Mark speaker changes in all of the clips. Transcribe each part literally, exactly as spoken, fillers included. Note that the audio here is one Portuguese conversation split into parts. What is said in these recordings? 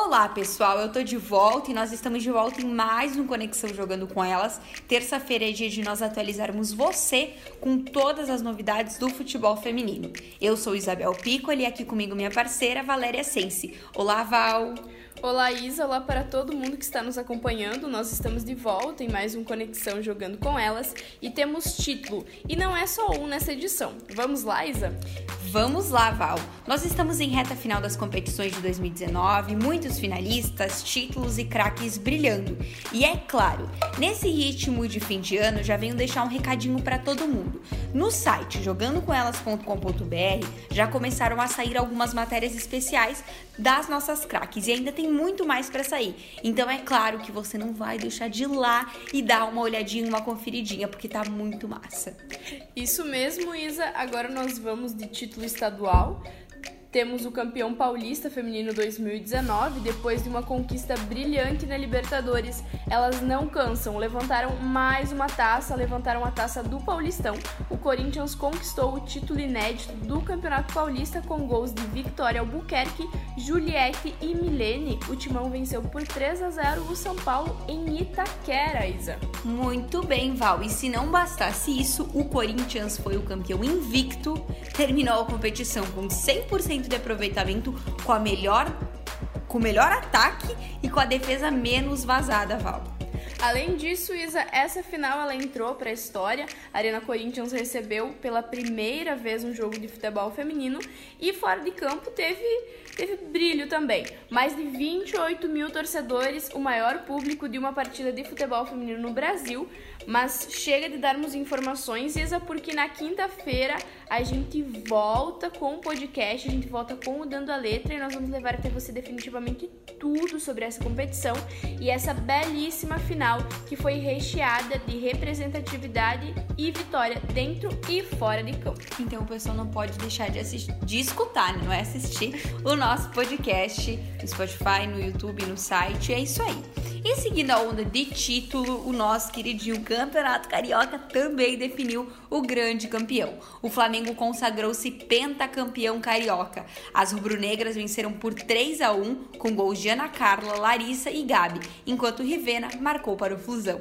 Speaker 1: Olá pessoal, eu tô de volta e nós estamos de volta em mais um Conexão Jogando com Elas. Terça-feira é dia de nós atualizarmos você com todas as novidades do futebol feminino. Eu sou Isabel Piccoli e aqui comigo minha parceira Valéria Sensi. Olá, Val!
Speaker 2: Olá, Isa, olá para todo mundo que está nos acompanhando. Nós estamos de volta em mais um Conexão Jogando com Elas e temos título. E não é só um nessa edição. Vamos lá, Isa?
Speaker 1: Vamos lá, Val! Nós estamos em reta final das competições de dois mil e dezenove, muitos finalistas, títulos e craques brilhando. E é claro, nesse ritmo de fim de ano, já venho deixar um recadinho para todo mundo. No site jogando com elas ponto com ponto b r já começaram a sair algumas matérias especiais das nossas craques e ainda tem muito mais para sair. Então é claro que você não vai deixar de ir lá e dar uma olhadinha, uma conferidinha, porque tá muito massa.
Speaker 2: Isso mesmo, Isa. Agora nós vamos de título estadual. Temos o campeão paulista feminino dois mil e dezenove, depois de uma conquista brilhante na Libertadores. Elas não cansam, levantaram mais uma taça, levantaram a taça do Paulistão. O Corinthians conquistou o título inédito do Campeonato Paulista com gols de Victoria Albuquerque, Juliette e Milene. O Timão venceu por três a zero o São Paulo em Itaquera, Isa.
Speaker 1: Muito bem, Val. E se não bastasse isso, o Corinthians foi o campeão invicto, terminou a competição com cem por cento de aproveitamento, com a melhor, com o melhor ataque e com a defesa menos vazada, Val.
Speaker 2: Além disso, Isa, essa final ela entrou para a história. A Arena Corinthians recebeu pela primeira vez um jogo de futebol feminino e fora de campo teve, teve brilho também. Mais de vinte e oito mil torcedores, o maior público de uma partida de futebol feminino no Brasil. Mas chega de darmos informações, Isa, porque na quinta-feira a gente volta com o podcast, a gente volta com o Dando a Letra e nós vamos levar até você definitivamente tudo sobre essa competição e essa belíssima final que foi recheada de representatividade e vitória dentro e fora de campo.
Speaker 1: Então o pessoal não pode deixar de, assistir, de escutar, não é assistir o nosso podcast no Spotify, no YouTube, no site, é isso aí. E seguindo a onda de título, o nosso queridinho Campeonato Carioca também definiu o grande campeão. O Flamengo consagrou-se pentacampeão carioca. As rubro-negras venceram por três a um com gols de Ana Carla, Larissa e Gabi, enquanto o Rivena marcou para o Flusão.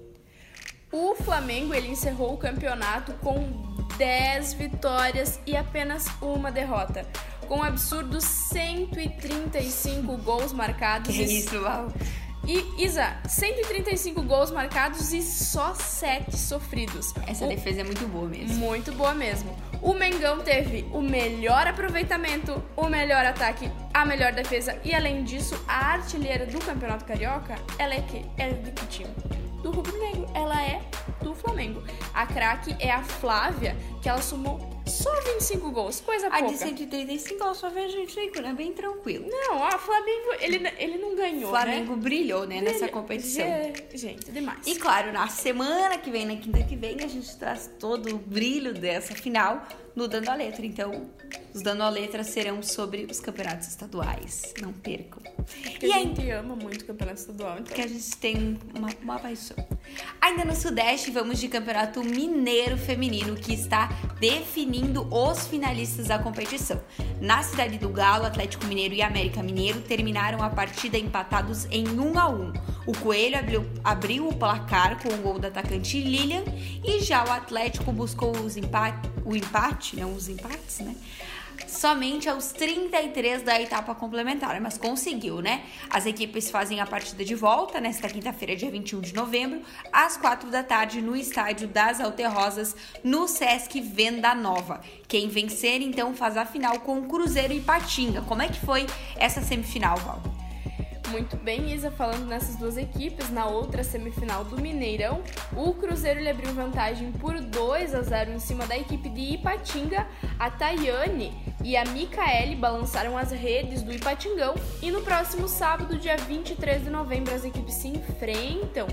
Speaker 2: O Flamengo ele encerrou o campeonato com dez vitórias e apenas uma derrota, com um absurdo cento e trinta e cinco gols marcados.
Speaker 1: Que isso, Val?
Speaker 2: E, Isa, cento e trinta e cinco gols marcados e só sete sofridos.
Speaker 1: Essa
Speaker 2: o...
Speaker 1: defesa é muito boa mesmo.
Speaker 2: Muito boa mesmo. O Mengão teve o melhor aproveitamento, o melhor ataque, a melhor defesa e, além disso, a artilheira do Campeonato Carioca, ela é, que? Ela é de que time? Do Rubro Negro. Ela é do Flamengo. A craque é a Flávia, que ela somou só vinte e cinco gols, coisa pouca.
Speaker 1: A de cento e trinta e cinco ela só vê a gente aí, né? Bem tranquilo.
Speaker 2: Não, a Flamengo, ele, ele não ganhou,
Speaker 1: O Flamengo
Speaker 2: né?
Speaker 1: brilhou, né,
Speaker 2: Brilha.
Speaker 1: nessa competição.
Speaker 2: Gente, demais.
Speaker 1: E claro, na semana que vem, na quinta que vem, a gente traz todo o brilho dessa final no Dando a Letra. Então, os Dando a Letra serão sobre os campeonatos estaduais. Não percam.
Speaker 2: Porque e a gente ama muito o campeonato estadual. Então.
Speaker 1: Porque a gente tem uma, uma paixão. Ainda no Sudeste, vamos de campeonato mineiro feminino, que está definindo os finalistas da competição. Na cidade do Galo, Atlético Mineiro e América Mineiro terminaram a partida empatados em um a um. O Coelho abriu, abriu o placar com o gol da atacante Lilian e já o Atlético buscou os empate, o empate, não os empates, né? Somente aos trinta e três da etapa complementar, mas conseguiu, né? As equipes fazem a partida de volta nesta quinta-feira, dia vinte e um de novembro, às quatro da tarde, no estádio das Alterrosas, no Sesc Venda Nova. Quem vencer, então, faz a final com o Cruzeiro e Ipatinga. Como é que foi essa semifinal, Val?
Speaker 2: Muito bem, Isa, falando nessas duas equipes, na outra semifinal do Mineirão, o Cruzeiro ele abriu vantagem por dois a zero em cima da equipe de Ipatinga. A Tayane e a Micaele balançaram as redes do Ipatingão e no próximo sábado, dia vinte e três de novembro, as equipes se enfrentam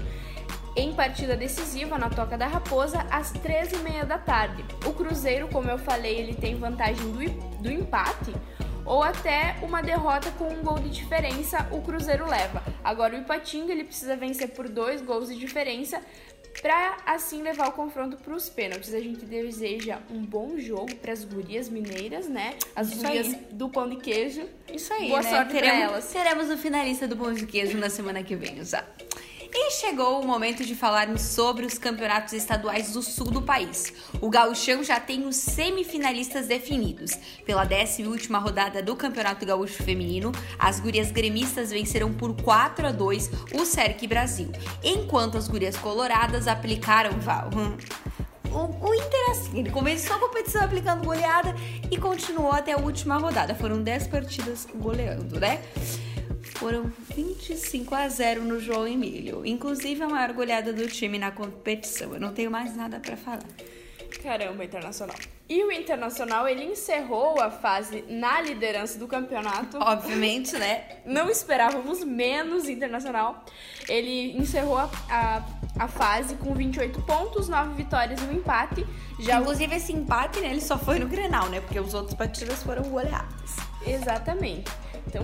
Speaker 2: em partida decisiva na Toca da Raposa às treze e meia da tarde. O Cruzeiro, como eu falei, ele tem vantagem do, do empate, ou até uma derrota com um gol de diferença o Cruzeiro leva. Agora o Ipatinga ele precisa vencer por dois gols de diferença para assim levar o confronto para os pênaltis. A gente deseja um bom jogo para as gurias mineiras, né? As
Speaker 1: Isso
Speaker 2: gurias
Speaker 1: aí.
Speaker 2: do pão de queijo.
Speaker 1: Isso aí,
Speaker 2: Boa
Speaker 1: né?
Speaker 2: sorte para
Speaker 1: teremos,
Speaker 2: elas.
Speaker 1: Teremos o finalista do Pão de Queijo na semana que vem, já. E chegou o momento de falarmos sobre os campeonatos estaduais do sul do país. O Gauchão já tem os semifinalistas definidos. Pela décima e última rodada do Campeonato Gaúcho Feminino, as gurias gremistas venceram por quatro a dois o Cerque Brasil, enquanto as gurias coloradas aplicaram, Val... Hum. O, o Inter, assim, ele começou a competição aplicando goleada e continuou até a última rodada. Foram dez partidas goleando, né? Foram vinte e cinco a zero no João Emílio. Inclusive, a maior goleada do time na competição. Eu não tenho mais nada pra falar.
Speaker 2: Caramba, Internacional. E o Internacional, ele encerrou a fase na liderança do campeonato.
Speaker 1: Obviamente, né?
Speaker 2: Não esperávamos menos Internacional. Ele encerrou a, a, a fase com vinte e oito pontos, nove vitórias e um empate. Já
Speaker 1: Inclusive, o... esse empate, né, ele só foi no Grenal, né? Porque os outros partidas foram goleadas.
Speaker 2: Exatamente. Então...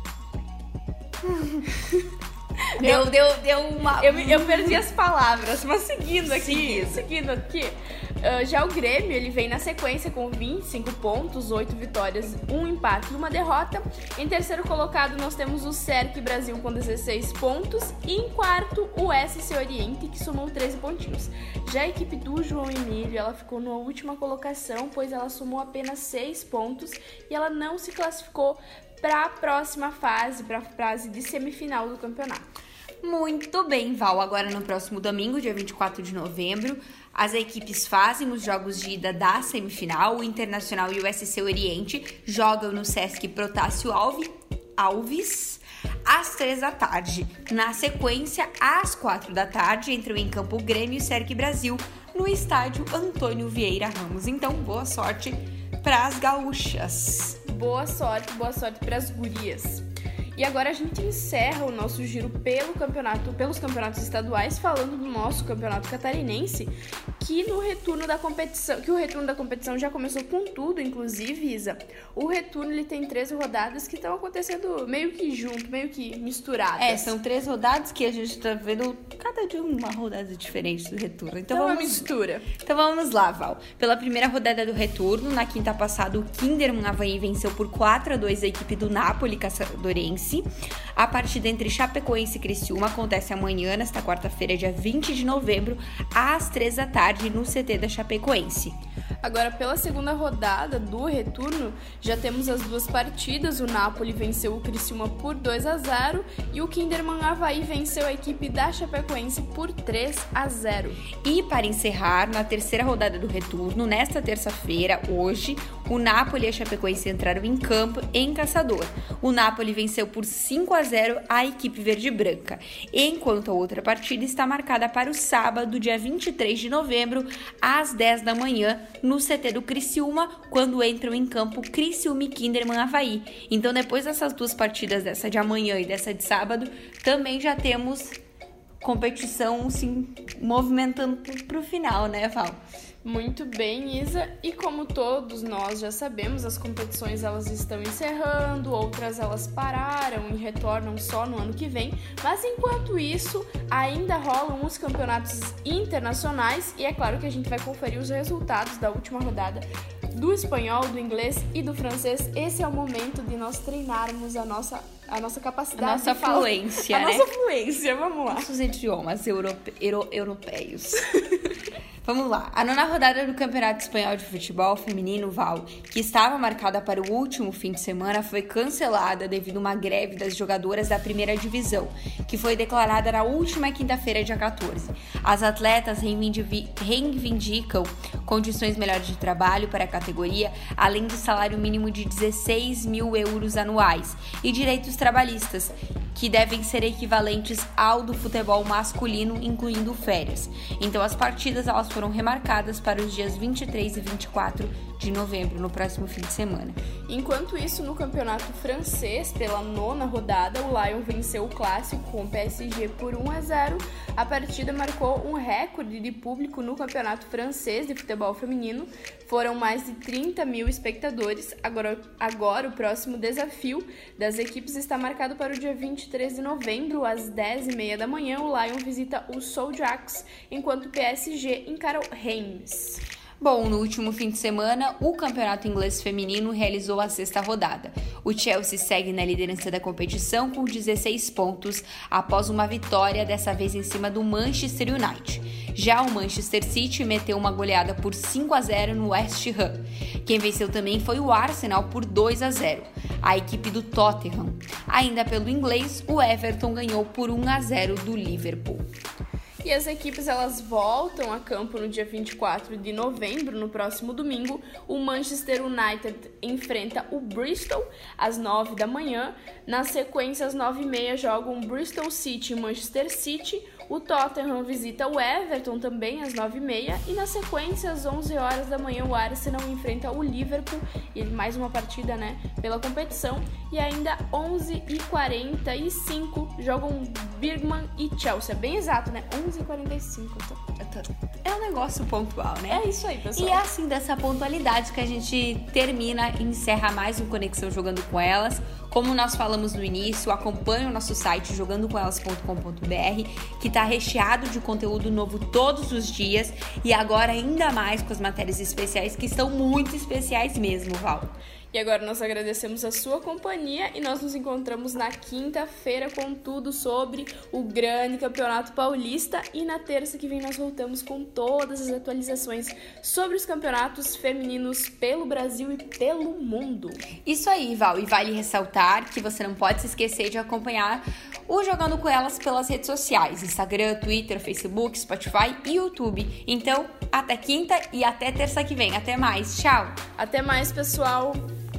Speaker 1: Deu, deu, deu uma...
Speaker 2: Eu, eu perdi as palavras, mas seguindo aqui,
Speaker 1: Seguindo.
Speaker 2: seguindo aqui, uh, já o Grêmio, ele vem na sequência com vinte e cinco pontos, oito vitórias, um empate e uma derrota. Em terceiro colocado nós temos o Cerque Brasil com dezesseis pontos e em quarto o S C Oriente, que somou treze pontinhos. Já a equipe do João Emílio, ela ficou na última colocação, pois ela somou apenas seis pontos e ela não se classificou para a próxima fase, para a fase de semifinal do campeonato.
Speaker 1: Muito bem, Val. Agora no próximo domingo, dia vinte e quatro de novembro, as equipes fazem os jogos de ida da semifinal. O Internacional e o S C Oriente jogam no Sesc Protásio Alves às três da tarde. Na sequência, às quatro da tarde, entram em campo o Grêmio e o Cerque Brasil no estádio Antônio Vieira Ramos. Então, boa sorte para as gaúchas.
Speaker 2: Boa sorte, boa sorte para as gurias. E agora a gente encerra o nosso giro pelo campeonato, pelos campeonatos estaduais, falando do nosso campeonato catarinense, que no retorno da competição, que o retorno da competição já começou com tudo, inclusive, Isa. O retorno ele tem três rodadas que estão acontecendo meio que junto, meio que misturadas.
Speaker 1: É, são três rodadas que a gente tá vendo cada dia uma rodada diferente do retorno. Então,
Speaker 2: então
Speaker 1: vamos
Speaker 2: é uma mistura.
Speaker 1: Então vamos lá, Val. Pela primeira rodada do retorno, na quinta passada, o Kinderman Avaí venceu por quatro a dois a equipe do Napoli Caçadorense. A partida entre Chapecoense e Criciúma acontece amanhã, nesta quarta-feira, dia vinte de novembro, às três da tarde, no C T da Chapecoense.
Speaker 2: Agora, pela segunda rodada do retorno, já temos as duas partidas. O Napoli venceu o Criciúma por dois a zero e o Kinderman Avaí venceu a equipe da Chapecoense por três a zero.
Speaker 1: E para encerrar, na terceira rodada do retorno, nesta terça-feira, hoje, o Napoli e a Chapecoense entraram em campo em Caçador. O Napoli venceu por cinco a zero a equipe verde-branca, enquanto a outra partida está marcada para o sábado, dia vinte e três de novembro, às dez da manhã, no C T do Criciúma, quando entram em campo Criciúma e Kinderman Avaí. Então, depois dessas duas partidas, dessa de amanhã e dessa de sábado, também já temos competição se movimentando para o final, né, Val?
Speaker 2: Muito bem, Isa. E como todos nós já sabemos, as competições elas estão encerrando, outras elas pararam e retornam só no ano que vem. Mas enquanto isso, ainda rolam os campeonatos internacionais e é claro que a gente vai conferir os resultados da última rodada do espanhol, do inglês e do francês. Esse é o momento de nós treinarmos a nossa, a nossa capacidade
Speaker 1: a nossa
Speaker 2: de falar.
Speaker 1: fluência,
Speaker 2: a
Speaker 1: né?
Speaker 2: nossa fluência, vamos lá.
Speaker 1: Nossos idiomas europe... euro... europeus. Vamos lá. A nona rodada do Campeonato Espanhol de Futebol Feminino, Val, que estava marcada para o último fim de semana, foi cancelada devido a uma greve das jogadoras da primeira divisão, que foi declarada na última quinta-feira, dia quatorze. As atletas reivindicam condições melhores de trabalho para a categoria, além de salário mínimo de dezesseis mil euros anuais e direitos trabalhistas, que devem ser equivalentes ao do futebol masculino, incluindo férias. Então, as partidas elas foram remarcadas para os dias vinte e três e vinte e quatro de novembro, no próximo fim de semana.
Speaker 2: Enquanto isso, no campeonato francês, pela nona rodada, o Lyon venceu o clássico com o P S G por um a zero. A partida marcou um recorde de público no campeonato francês de futebol feminino. Foram mais de trinta mil espectadores. Agora, agora o próximo desafio das equipes está marcado para o dia vinte e três de novembro, às dez e meia da manhã. O Lyon visita o Souljax, enquanto o P S G encara o Reims.
Speaker 1: Bom, no último fim de semana, o campeonato inglês feminino realizou a sexta rodada. O Chelsea segue na liderança da competição com dezesseis pontos após uma vitória, dessa vez em cima do Manchester United. Já o Manchester City meteu uma goleada por cinco a zero no West Ham. Quem venceu também foi o Arsenal por dois a zero, a equipe do Tottenham. Ainda pelo inglês, o Everton ganhou por um a zero do Liverpool.
Speaker 2: E as equipes elas voltam a campo no dia vinte e quatro de novembro, no próximo domingo. O Manchester United enfrenta o Bristol às nove da manhã. Na sequência, às nove e meia, jogam Bristol City e Manchester City. O Tottenham visita o Everton também às nove e meia. E na sequência, às onze horas da manhã, o Arsenal enfrenta o Liverpool. E mais uma partida, né, pela competição. E ainda onze e quarenta e cinco jogam Birmingham e Chelsea. É bem exato, né? onze e quarenta e cinco.
Speaker 1: É um negócio pontual, né?
Speaker 2: É isso aí, pessoal.
Speaker 1: E é assim, dessa pontualidade que a gente termina e encerra mais um Conexão Jogando com Elas. Como nós falamos no início, acompanhe o nosso site jogando com elas ponto com ponto b r, que está recheado de conteúdo novo todos os dias e agora ainda mais com as matérias especiais, que são muito especiais mesmo, Val.
Speaker 2: E agora nós agradecemos a sua companhia e nós nos encontramos na quinta-feira com tudo sobre o grande Campeonato Paulista, e na terça que vem nós voltamos com todas as atualizações sobre os campeonatos femininos pelo Brasil e pelo mundo.
Speaker 1: Isso aí, Val, e vale ressaltar que você não pode se esquecer de acompanhar o Jogando com Elas pelas redes sociais, Instagram, Twitter, Facebook, Spotify e YouTube. Então, até quinta e até terça que vem. Até mais, tchau!
Speaker 2: Até mais, pessoal!